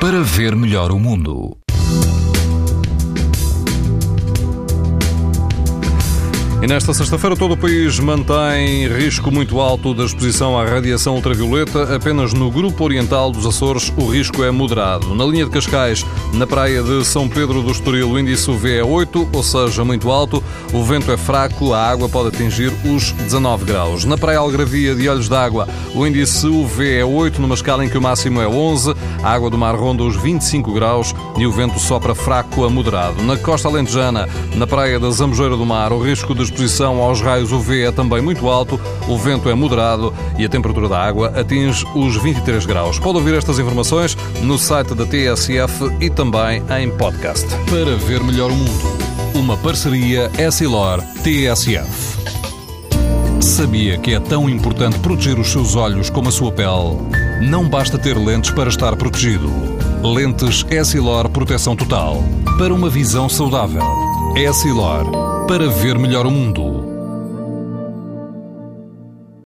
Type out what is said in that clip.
para ver melhor o mundo. E nesta sexta-feira todo o país mantém risco muito alto da exposição à radiação ultravioleta. Apenas no grupo oriental dos Açores o risco é moderado. Na linha de Cascais, na praia de São Pedro do Estoril, o índice UV é 8, ou seja, muito alto. O vento é fraco, a água pode atingir os 19 graus. Na praia Algravia de Olhos d'Água, o índice UV é 8, numa escala em que o máximo é 11. A água do mar ronda os 25 graus e o vento sopra fraco a moderado. Na costa alentejana, na praia da Zambujeira do Mar, o risco de exposição aos raios UV é também muito alto, o vento é moderado e a temperatura da água atinge os 23 graus. Pode ouvir estas informações no site da TSF e também em podcast. Para ver melhor o mundo, uma parceria Essilor-TSF. Sabia que é tão importante proteger os seus olhos como a sua pele? Não basta ter lentes para estar protegido. Lentes Essilor Proteção Total. Para uma visão saudável. Essilor. Para ver melhor o mundo.